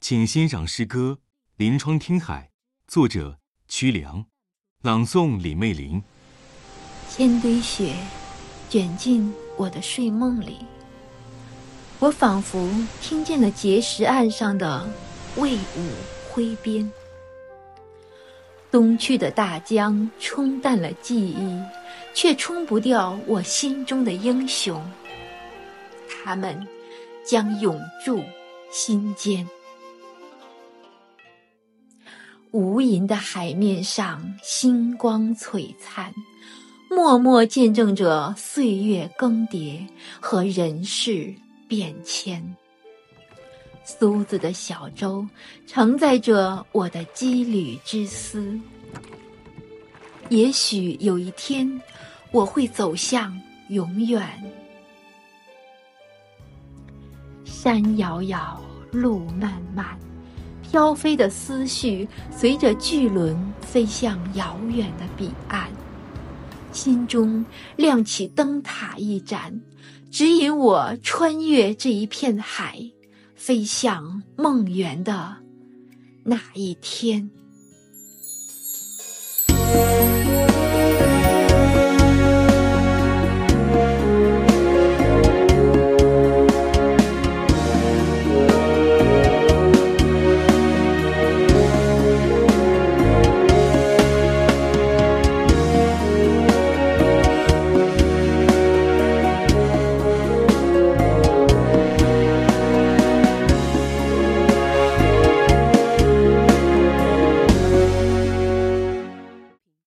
请欣赏诗歌《临窗听海》，作者曲梁，朗诵李媚玲。 千堆雪卷进我的睡梦里，我仿佛听见了碣石岸上的魏武挥鞭。东去的大江冲淡了记忆，却冲不掉我心中的英雄。他们将永驻心间。无垠的海面上，星光璀璨，默默见证着岁月更迭和人事变迁。苏子的小舟承载着我的羁旅之思。也许有一天，我会走向永远。山遥遥，路漫漫，飘飞的思绪随着巨轮飞向遥远的彼岸，心中亮起灯塔一盏，指引我穿越这一片海，飞向梦圆的那一天。